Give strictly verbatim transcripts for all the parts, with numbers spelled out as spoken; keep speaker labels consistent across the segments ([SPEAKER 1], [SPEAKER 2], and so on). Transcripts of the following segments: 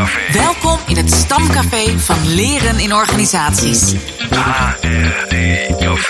[SPEAKER 1] Café.
[SPEAKER 2] Welkom in het Stamcafé van Leren in Organisaties.
[SPEAKER 1] H R D Café.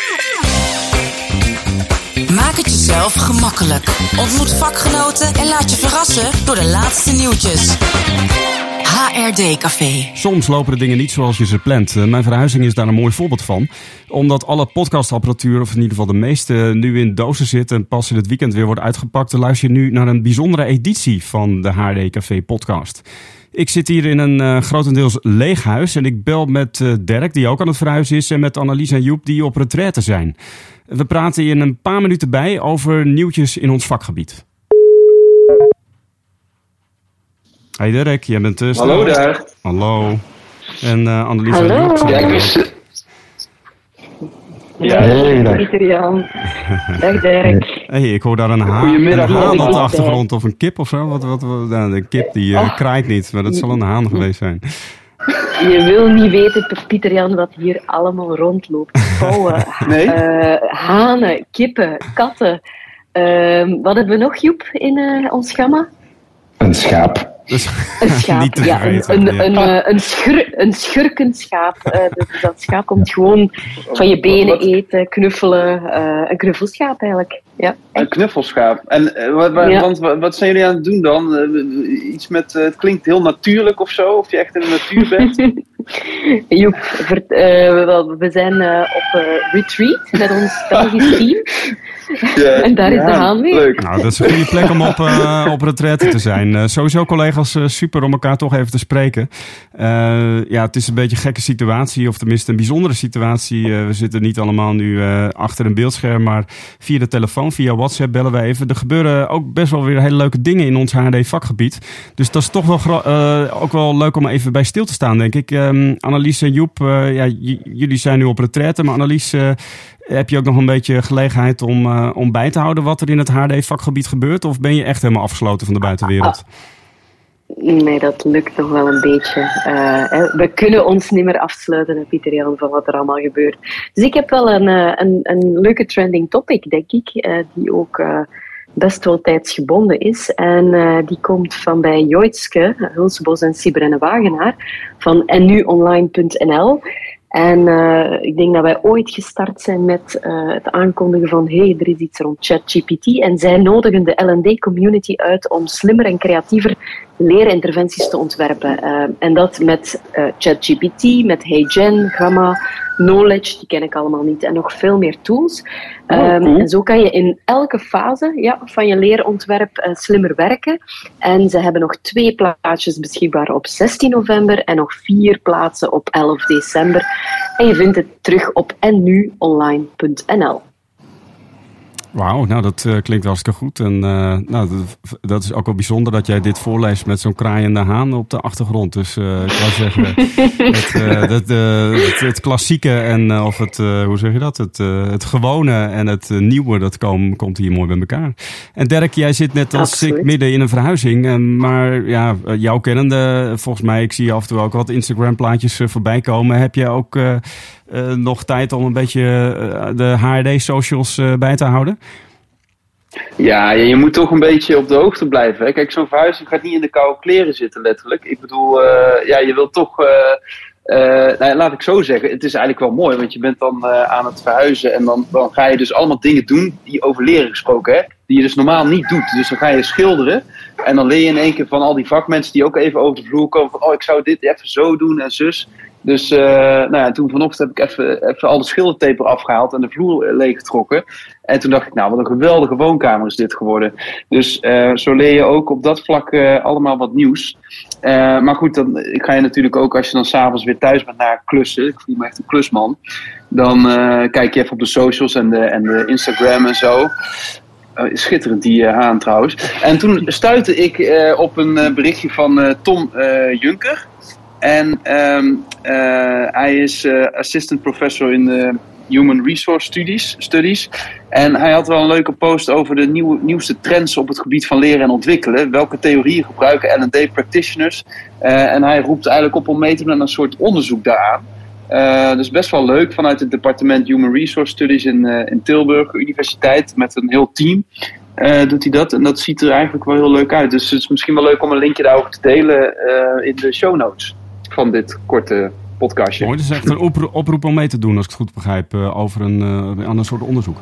[SPEAKER 2] Maak het jezelf gemakkelijk. Ontmoet vakgenoten en laat je verrassen door de laatste nieuwtjes. H R D Café.
[SPEAKER 3] Soms lopen de dingen niet zoals je ze plant. Mijn verhuizing is daar een mooi voorbeeld van. Omdat alle podcastapparatuur, of in ieder geval de meeste, nu in dozen zit en pas in het weekend weer wordt uitgepakt, luister je nu naar een bijzondere editie van de H R D Café podcast. Ik zit hier in een uh, grotendeels leeg huis en ik bel met uh, Dirk, die ook aan het verhuizen is, en met Annelies en Joep, die op retraite zijn. We praten hier in een paar minuten bij over nieuwtjes in ons vakgebied. Hey Dirk, jij bent... Uh,
[SPEAKER 4] Hallo daar.
[SPEAKER 3] Hallo. En uh, Annelies
[SPEAKER 5] Hallo.
[SPEAKER 3] en Joep zijn
[SPEAKER 4] Ja, ik
[SPEAKER 3] er
[SPEAKER 4] wist...
[SPEAKER 3] ook.
[SPEAKER 4] Ja,
[SPEAKER 5] Hey, dag Pieter Jan. Dag Dirk.
[SPEAKER 3] Hey, ik hoor daar een haan, een
[SPEAKER 4] Goedemiddag,
[SPEAKER 3] haan op de
[SPEAKER 5] Annelies.
[SPEAKER 3] achtergrond of een kip of zo. Wat, wat, wat, nou, de kip die uh,
[SPEAKER 5] Och.
[SPEAKER 3] kraait niet, maar dat zal een haan geweest zijn.
[SPEAKER 5] Je wil niet weten, Pieter Jan, wat hier allemaal rondloopt. Pauwen,
[SPEAKER 4] Nee?
[SPEAKER 5] eh, hanen, kippen, katten. Ehm, wat hebben we nog, Joep, in eh, ons gamma?
[SPEAKER 6] Een schaap.
[SPEAKER 3] Dus,
[SPEAKER 5] Een schaap,
[SPEAKER 3] niet te
[SPEAKER 5] ja, een,
[SPEAKER 3] vergeten.
[SPEAKER 5] een,
[SPEAKER 3] ja.
[SPEAKER 5] een, eh, een, schur, een schurkenschaap. Eh, dat, dat schaap komt gewoon van je benen
[SPEAKER 4] Wat?
[SPEAKER 5] eten, knuffelen. eh, een knuffelschaap eigenlijk. Ja,
[SPEAKER 4] Een knuffelschaap. En uh, wat, wat,
[SPEAKER 5] Ja.
[SPEAKER 4] want, wat, wat zijn jullie aan het doen dan? Uh, iets met, uh, het klinkt heel natuurlijk of zo? Of je echt in de natuur bent?
[SPEAKER 5] Joep, vert- eh, we, we zijn eh, op eh, retreat met ons Belgisch team.
[SPEAKER 4] Ja.
[SPEAKER 5] En daar is
[SPEAKER 4] Ja,
[SPEAKER 5] de haan weer.
[SPEAKER 4] Leuk.
[SPEAKER 3] Nou, dat is een goede plek om op, uh, op retraite te zijn. Uh, sowieso collega's, uh, super om elkaar toch even te spreken. Uh, ja, het is een beetje een gekke situatie, of tenminste een bijzondere situatie. Uh, we zitten niet allemaal nu uh, achter een beeldscherm, maar via de telefoon, via WhatsApp bellen we even. Er gebeuren ook best wel weer hele leuke dingen in ons H R D-vakgebied. Dus dat is toch wel gra- uh, ook wel leuk om even bij stil te staan, denk ik. Um, Annelies en Joep, uh, ja, j- jullie zijn nu op retraite, maar Annelies, uh, heb je ook nog een beetje gelegenheid om, uh, om bij te houden wat er in het H R D-vakgebied gebeurt? Of ben je echt helemaal afgesloten van de buitenwereld?
[SPEAKER 5] Nee, dat lukt nog wel een beetje. Uh, hè, we kunnen ons niet meer afsluiten, hè, Pieter Jan, van wat er allemaal gebeurt. Dus ik heb wel een, uh, een, een leuke trending topic, denk ik, uh, die ook uh, best wel tijdsgebonden is. En uh, die komt van bij Joitske, Hulsebos en Siebrenne Wagenaar, van en nu online punt n l. En uh, ik denk dat wij ooit gestart zijn met uh, het aankondigen van hey, er is iets rond ChatGPT. En zij nodigen de L en D-community uit om slimmer en creatiever leerinterventies te ontwerpen. Uh, en dat met uh, ChatGPT, met HeyGen, Gamma, Knowledge, die ken ik allemaal niet, en nog veel meer tools. Um,
[SPEAKER 4] Oh, cool.
[SPEAKER 5] En zo kan je in elke fase ja, van je leerontwerp uh, slimmer werken. En ze hebben nog twee plaatsjes beschikbaar op zestien november en nog vier plaatsen op elf december. En je vindt het terug op en nu online punt n l.
[SPEAKER 3] Wauw, nou dat uh, klinkt hartstikke goed. En uh, nou, dat, dat is ook wel bijzonder dat jij dit voorleest met zo'n kraaiende haan op de achtergrond. Dus uh, ik wou zeggen, het, uh, het, uh, het, het klassieke en uh, of het, uh, hoe zeg je dat, het, uh, het gewone en het uh, nieuwe, dat kom, komt hier mooi bij elkaar. En Dirk, jij zit net als
[SPEAKER 5] Absoluut.
[SPEAKER 3] ik midden in een verhuizing. Uh, maar ja, uh, jou kennende, volgens mij, ik zie af en toe ook wat Instagram plaatjes uh, voorbij komen. Heb je ook uh, uh, nog tijd om een beetje uh, de H R D-socials uh, bij te houden?
[SPEAKER 4] Ja, je je moet toch een beetje op de hoogte blijven. Hè? Kijk, zo'n verhuizing gaat niet in de koude kleren zitten, letterlijk. Ik bedoel, uh, ja, je wilt toch... Uh, uh, nou, laat ik zo zeggen, het is eigenlijk wel mooi, want je bent dan uh, aan het verhuizen en dan, dan ga je dus allemaal dingen doen die over leren gesproken, hè, die je dus normaal niet doet. Dus dan ga je schilderen en dan leer je in één keer van al die vakmensen die ook even over de vloer komen van, oh, ik zou dit even zo doen en zus. Dus uh, nou ja, toen vanochtend heb ik even, even al de schildertape afgehaald en de vloer leeggetrokken. En toen dacht ik, nou, wat een geweldige woonkamer is dit geworden. Dus uh, zo leer je ook op dat vlak uh, allemaal wat nieuws. Uh, maar goed, dan ik ga je natuurlijk ook als je dan s'avonds weer thuis bent naar klussen. Ik voel me echt een klusman. Dan uh, kijk je even op de socials en de, en de Instagram en zo. Uh, schitterend die uh, haan trouwens. En toen stuitte ik uh, op een uh, berichtje van uh, Tom uh, Juncker. En um, uh, hij is uh, assistant professor in de Human Resource Studies, Studies. En hij had wel een leuke post over de nieuwe, nieuwste trends op het gebied van leren en ontwikkelen. Welke theorieën gebruiken L en D practitioners? Uh, en hij roept eigenlijk op om mee te doen aan een soort onderzoek daaraan. Uh, dus best wel leuk vanuit het departement Human Resource Studies in, uh, in Tilburg Universiteit met een heel team. uh, doet hij dat. En dat ziet er eigenlijk wel heel leuk uit. Dus het is misschien wel leuk om een linkje daarover te delen uh, in de show notes van dit korte podcastje.
[SPEAKER 3] Mooi, dat is echt een opro- oproep om mee te doen, als ik het goed begrijp, uh, over een, uh, aan een soort onderzoek.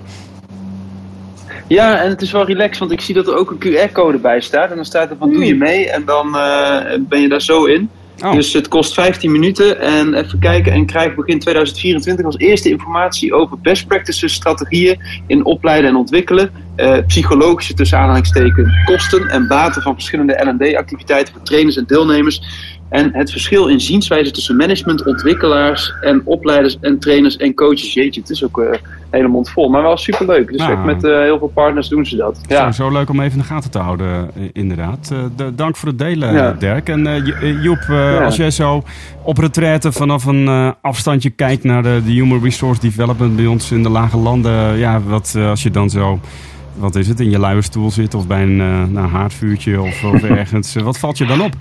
[SPEAKER 4] Ja, en het is wel relaxed, want ik zie dat er ook een Q R-code bij staat. En dan staat er van, doe je mee? En dan uh, ben je daar zo in. Oh. Dus het kost vijftien minuten. En even kijken, en krijg begin tweeduizend vierentwintig als eerste informatie over best practices, strategieën in opleiden en ontwikkelen. Uh, psychologische tussen aanhalingstekens kosten en baten van verschillende L en D-activiteiten voor trainers en deelnemers. En het verschil in zienswijze tussen management, ontwikkelaars en opleiders en trainers en coaches. Jeetje, het is ook uh, een hele mond vol. Maar wel superleuk. Dus nou, met uh, heel veel partners doen ze dat. Ja.
[SPEAKER 3] Zo, zo leuk om even in de gaten te houden, inderdaad. Uh, de, dank voor het delen, ja. Dirk. En uh, Joep, uh, ja. als jij zo op retraite vanaf een uh, afstandje kijkt naar de, de Human Resource Development bij ons in de lage landen. Ja, wat uh, als je dan zo... Wat is het, in je luie stoel zit of bij een uh, nou, haardvuurtje of, of ergens. Wat valt je dan op?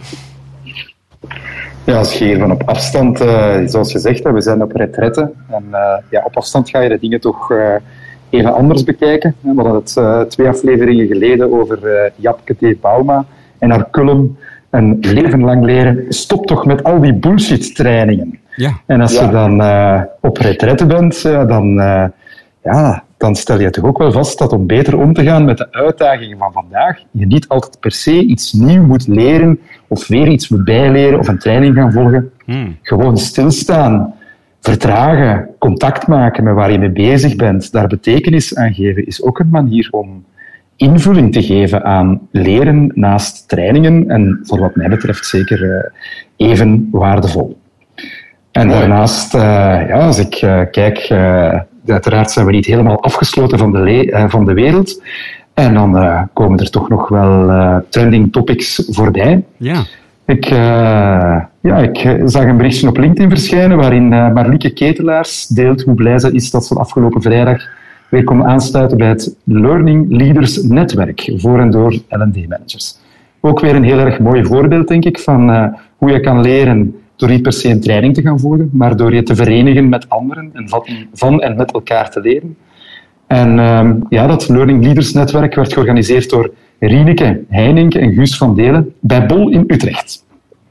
[SPEAKER 6] Ja, als je hier van op afstand, uh, zoals je zegt, we zijn op retraite. En uh, ja, op afstand ga je de dingen toch uh, even anders bekijken. We hadden het uh, twee afleveringen geleden over uh, Japke T. Bauma en haar column. Een leven lang leren, stop toch met al die bullshit trainingen. Ja. En als ja. je dan uh, op retraite bent, uh, dan... Uh, ja, dan stel je toch ook wel vast dat om beter om te gaan met de uitdagingen van vandaag, je niet altijd per se iets nieuw moet leren of weer iets moet bijleren of een training gaan volgen. Hmm. Gewoon stilstaan, vertragen, contact maken met waar je mee bezig bent, daar betekenis aan geven, is ook een manier om invulling te geven aan leren naast trainingen en voor wat mij betreft zeker uh, even waardevol. En daarnaast, uh, ja, als ik uh, kijk... Uh, Uiteraard zijn we niet helemaal afgesloten van de, le- uh, van de wereld. En dan uh, komen er toch nog wel uh, trending topics voorbij. Ja. Ik, uh, ja, ik zag een berichtje op LinkedIn verschijnen waarin uh, Marlieke Ketelaars deelt hoe blij ze is dat ze afgelopen vrijdag weer kon aansluiten bij het Learning Leaders Netwerk voor en door L en D-managers. Ook weer een heel erg mooi voorbeeld, denk ik, van uh, hoe je kan leren door niet per se een training te gaan volgen, maar door je te verenigen met anderen en van, van en met elkaar te leren. En um, ja, dat Learning Leaders Netwerk werd georganiseerd door Rieneke Heinink en Guus van Delen bij Bol in Utrecht.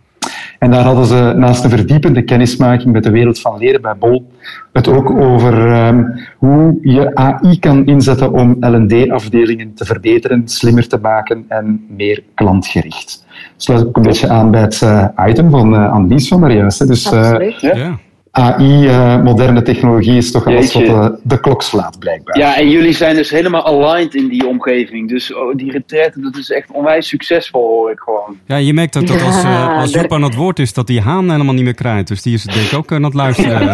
[SPEAKER 6] En daar hadden ze naast een verdiepende kennismaking met de wereld van leren bij Bol het ook over um, hoe je A I kan inzetten om L en D-afdelingen te verbeteren, slimmer te maken en meer klantgericht. Sluit ook een beetje aan bij het uh, item van uh, Annelies van der juist. Dus uh, ja. A I, uh, moderne technologie, is toch alles wat uh, de klok slaat, blijkbaar.
[SPEAKER 4] Ja, en jullie zijn dus helemaal aligned in die omgeving. Dus oh, die retraite, dat is echt onwijs succesvol, hoor ik gewoon.
[SPEAKER 3] Ja, je merkt dat, dat als, uh, als Joep aan het woord is, dat die haan helemaal niet meer kraait. Dus die is denk ik ook aan het luisteren.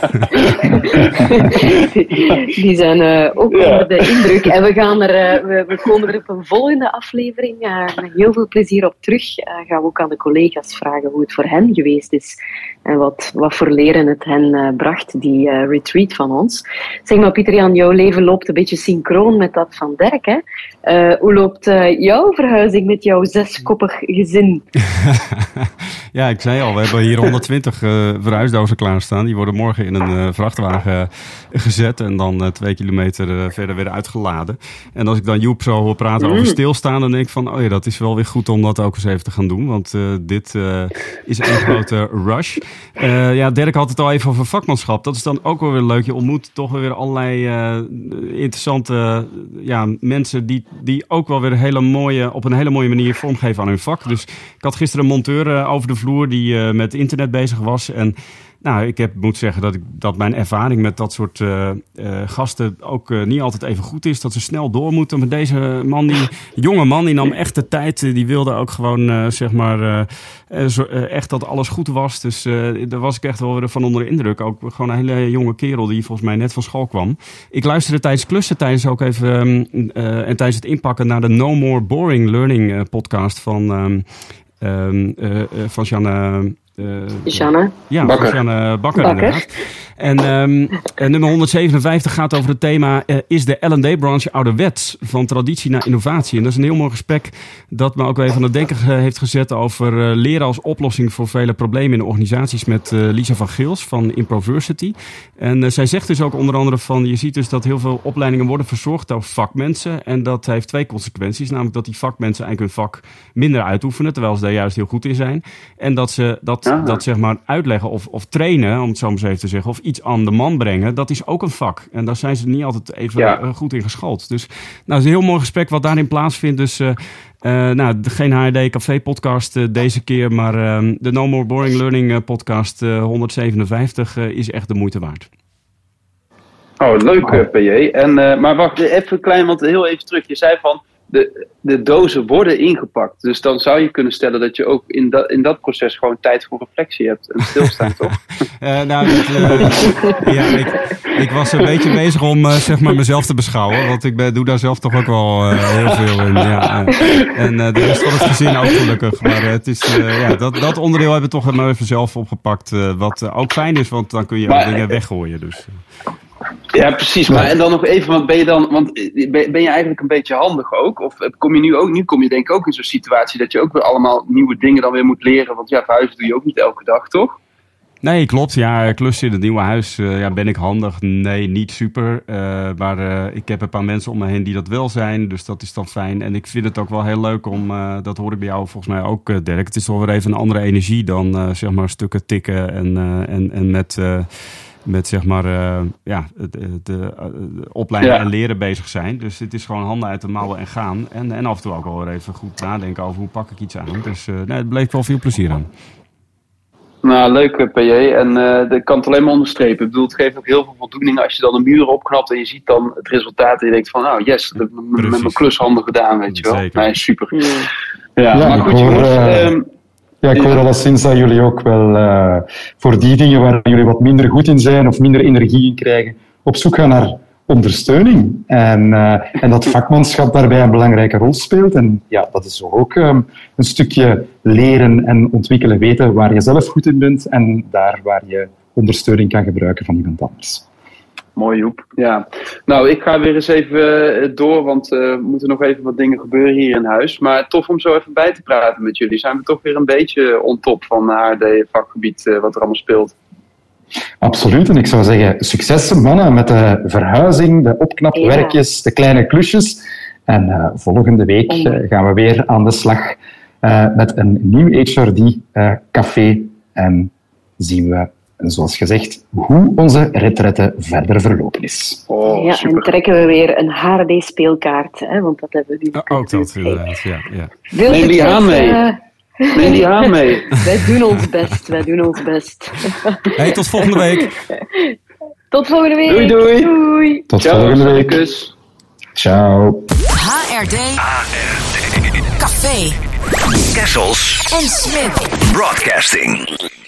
[SPEAKER 5] die, die zijn uh, ook ja. onder de indruk. En we, gaan er, uh, we, we komen er op een volgende aflevering uh, met heel veel plezier op terug. Uh, gaan we ook aan de collega's vragen hoe het voor hen geweest is. En wat, wat voor leren het hen uh, bracht, die uh, retreat van ons. Zeg maar, Pieter-Jan, jouw leven loopt een beetje synchroon met dat van Dirk, hè? Uh, hoe loopt uh, jouw verhuizing met jouw zeskoppig gezin?
[SPEAKER 3] Ja, ik zei al, we hebben hier honderdtwintig uh, verhuisdozen klaarstaan. Die worden morgen in een uh, vrachtwagen gezet en dan uh, twee kilometer uh, verder weer uitgeladen. En als ik dan Joep zo hoor praten mm. over stilstaan, dan denk ik van, oh ja, dat is wel weer goed om dat ook eens even te gaan doen. Want uh, dit uh, is een grote rush. Uh, ja, Dirk had het al even over vakmanschap. Dat is dan ook wel weer leuk. Je ontmoet toch weer allerlei uh, interessante uh, ja, mensen die, die ook wel weer hele mooie, op een hele mooie manier vormgeven aan hun vak. Dus ik had gisteren een monteur uh, over de vloer die uh, met internet bezig was. En nou, ik heb, moet zeggen dat, ik, dat mijn ervaring met dat soort uh, uh, gasten ook uh, niet altijd even goed is. Dat ze snel door moeten. Maar deze man, die jonge man, die nam echt de tijd. Die wilde ook gewoon, uh, zeg maar, uh, uh, zo, uh, echt dat alles goed was. Dus uh, daar was ik echt wel weer van onder de indruk. Ook gewoon een hele jonge kerel die volgens mij net van school kwam. Ik luisterde tijdens klussen, tijdens ook even, um, uh, en tijdens het inpakken naar de No More Boring Learning uh, podcast van, um, um, uh, uh, van Janne... uh,
[SPEAKER 5] Janne.
[SPEAKER 3] Ja,
[SPEAKER 4] Bakker.
[SPEAKER 3] van Janne Bakker,
[SPEAKER 5] Bakker.
[SPEAKER 3] inderdaad. En um, nummer honderdzevenenvijftig gaat over het thema... Uh, is de L en D-branche ouderwets van traditie naar innovatie? En dat is een heel mooi gesprek dat me ook weer even aan het denken uh, heeft gezet... over uh, leren als oplossing voor vele problemen in de organisaties... met uh, Lisa van Geels van Improversity. En uh, zij zegt dus ook onder andere van... je ziet dus dat heel veel opleidingen worden verzorgd door vakmensen... en dat heeft twee consequenties. Namelijk dat die vakmensen eigenlijk hun vak minder uitoefenen... terwijl ze daar juist heel goed in zijn. En dat ze dat,
[SPEAKER 4] Ah.
[SPEAKER 3] dat zeg maar uitleggen of, of trainen, om het zo maar eens even te zeggen... of iets aan de man brengen, dat is ook een vak. En daar zijn ze niet altijd even
[SPEAKER 4] Ja.
[SPEAKER 3] uh, goed in geschoold. Dus nou, het is een heel mooi gesprek wat daarin plaatsvindt. Dus uh, uh, nou, geen H R D Café podcast uh, deze keer... maar uh, de No More Boring Learning uh, podcast uh, honderdzevenenvijftig uh, is echt de moeite waard.
[SPEAKER 4] Oh, leuk uh, P J. En, uh, maar wacht, even klein, want heel even terug. Je zei van, de, de dozen worden ingepakt. Dus dan zou je kunnen stellen dat je ook in dat, in dat proces gewoon tijd voor reflectie hebt. En stilstaan, toch?
[SPEAKER 3] Uh, nou, dat, uh, ja, ik, ik was een beetje bezig om uh, zeg maar mezelf te beschouwen. Want ik ben, doe daar zelf toch ook wel uh, heel veel in. Ja, uh, en uh, de rest van het gezin ook gelukkig. Maar uh, het is, uh, ja, dat, dat onderdeel hebben we toch maar even zelf opgepakt. Uh, wat uh, ook fijn is, want dan kun je
[SPEAKER 4] Maar,
[SPEAKER 3] ook dingen weggooien. Dus, uh.
[SPEAKER 4] Ja, precies. Maar en dan nog even, want ben je dan, want ben ben je eigenlijk een beetje handig ook? Of kom je nu ook, nu kom je denk ik ook in zo'n situatie dat je ook weer allemaal nieuwe dingen dan weer moet leren. Want ja, verhuizen doe je ook niet elke dag, toch?
[SPEAKER 3] Nee, klopt. Ja, klussen in het nieuwe huis. Uh, ja, ben ik handig? Nee, niet super. Uh, maar uh, ik heb een paar mensen om me heen die dat wel zijn. Dus dat is dan fijn. En ik vind het ook wel heel leuk om, uh, dat hoor ik bij jou volgens mij ook, uh, Dirk. Het is toch weer even een andere energie dan uh, zeg maar stukken tikken en, uh, en, en met... Uh, met zeg maar uh, ja, de, de, de opleiden
[SPEAKER 4] Ja.
[SPEAKER 3] en leren bezig zijn. Dus het is gewoon handen uit de mouwen en gaan. En, en af en toe ook wel weer even goed nadenken over hoe pak ik iets aan. Dus uh, nee, het bleef wel veel plezier aan.
[SPEAKER 4] Nou, leuk P J. En uh, ik kan het alleen maar onderstrepen. Ik bedoel, het geeft ook heel veel voldoening als je dan een muur opknapt en je ziet dan het resultaat en je denkt van, nou yes, dat heb ik met
[SPEAKER 3] Precies.
[SPEAKER 4] mijn klushanden gedaan, weet je wel.
[SPEAKER 3] Zeker.
[SPEAKER 4] Nee, super.
[SPEAKER 5] Ja.
[SPEAKER 4] Ja,
[SPEAKER 6] Ja,
[SPEAKER 4] maar
[SPEAKER 6] ik
[SPEAKER 4] goed
[SPEAKER 6] hoor,
[SPEAKER 4] jongens.
[SPEAKER 6] uh,
[SPEAKER 4] ehm,
[SPEAKER 6] Ja, ik hoor
[SPEAKER 4] Ja.
[SPEAKER 6] alleszins dat jullie ook wel uh, voor die dingen waar jullie wat minder goed in zijn of minder energie in krijgen, op zoek gaan naar ondersteuning. En, uh, en dat vakmanschap daarbij een belangrijke rol speelt. En ja, dat is ook um, een stukje leren en ontwikkelen, weten waar je zelf goed in bent en daar waar je ondersteuning kan gebruiken van iemand anders.
[SPEAKER 4] Mooi Joep, ja. Nou, ik ga weer eens even uh, door, want uh, er moeten nog even wat dingen gebeuren hier in huis. Maar tof om zo even bij te praten met jullie. Zijn we toch weer een beetje on top van H R D-vakgebied, uh, wat er allemaal speelt.
[SPEAKER 6] Absoluut. En ik zou zeggen, succes mannen met de verhuizing, de opknapwerkjes, de kleine klusjes. En uh, volgende week uh, gaan we weer aan de slag uh, met een nieuw H R D-café. Uh, en zien we, zoals gezegd, hoe onze retraite verder verlopen is.
[SPEAKER 4] Oh,
[SPEAKER 5] Ja,
[SPEAKER 4] super.
[SPEAKER 5] en trekken we weer een H R D-speelkaart, hè, want dat hebben we nu.
[SPEAKER 3] Uh, ook dat inderdaad, ja. ja.
[SPEAKER 5] Veel
[SPEAKER 4] Neem die
[SPEAKER 5] succes,
[SPEAKER 4] aan mee.
[SPEAKER 5] uh,
[SPEAKER 4] Neem die aan mee.
[SPEAKER 5] wij doen ons best, wij doen ons best.
[SPEAKER 3] Hey, tot volgende week.
[SPEAKER 5] Tot volgende week.
[SPEAKER 4] Doei, doei.
[SPEAKER 5] Doei.
[SPEAKER 6] Tot
[SPEAKER 4] Ciao,
[SPEAKER 6] volgende week.
[SPEAKER 4] Kus.
[SPEAKER 6] Ciao.
[SPEAKER 2] H R D Café
[SPEAKER 1] Kessels
[SPEAKER 2] en Smit.
[SPEAKER 1] Broadcasting.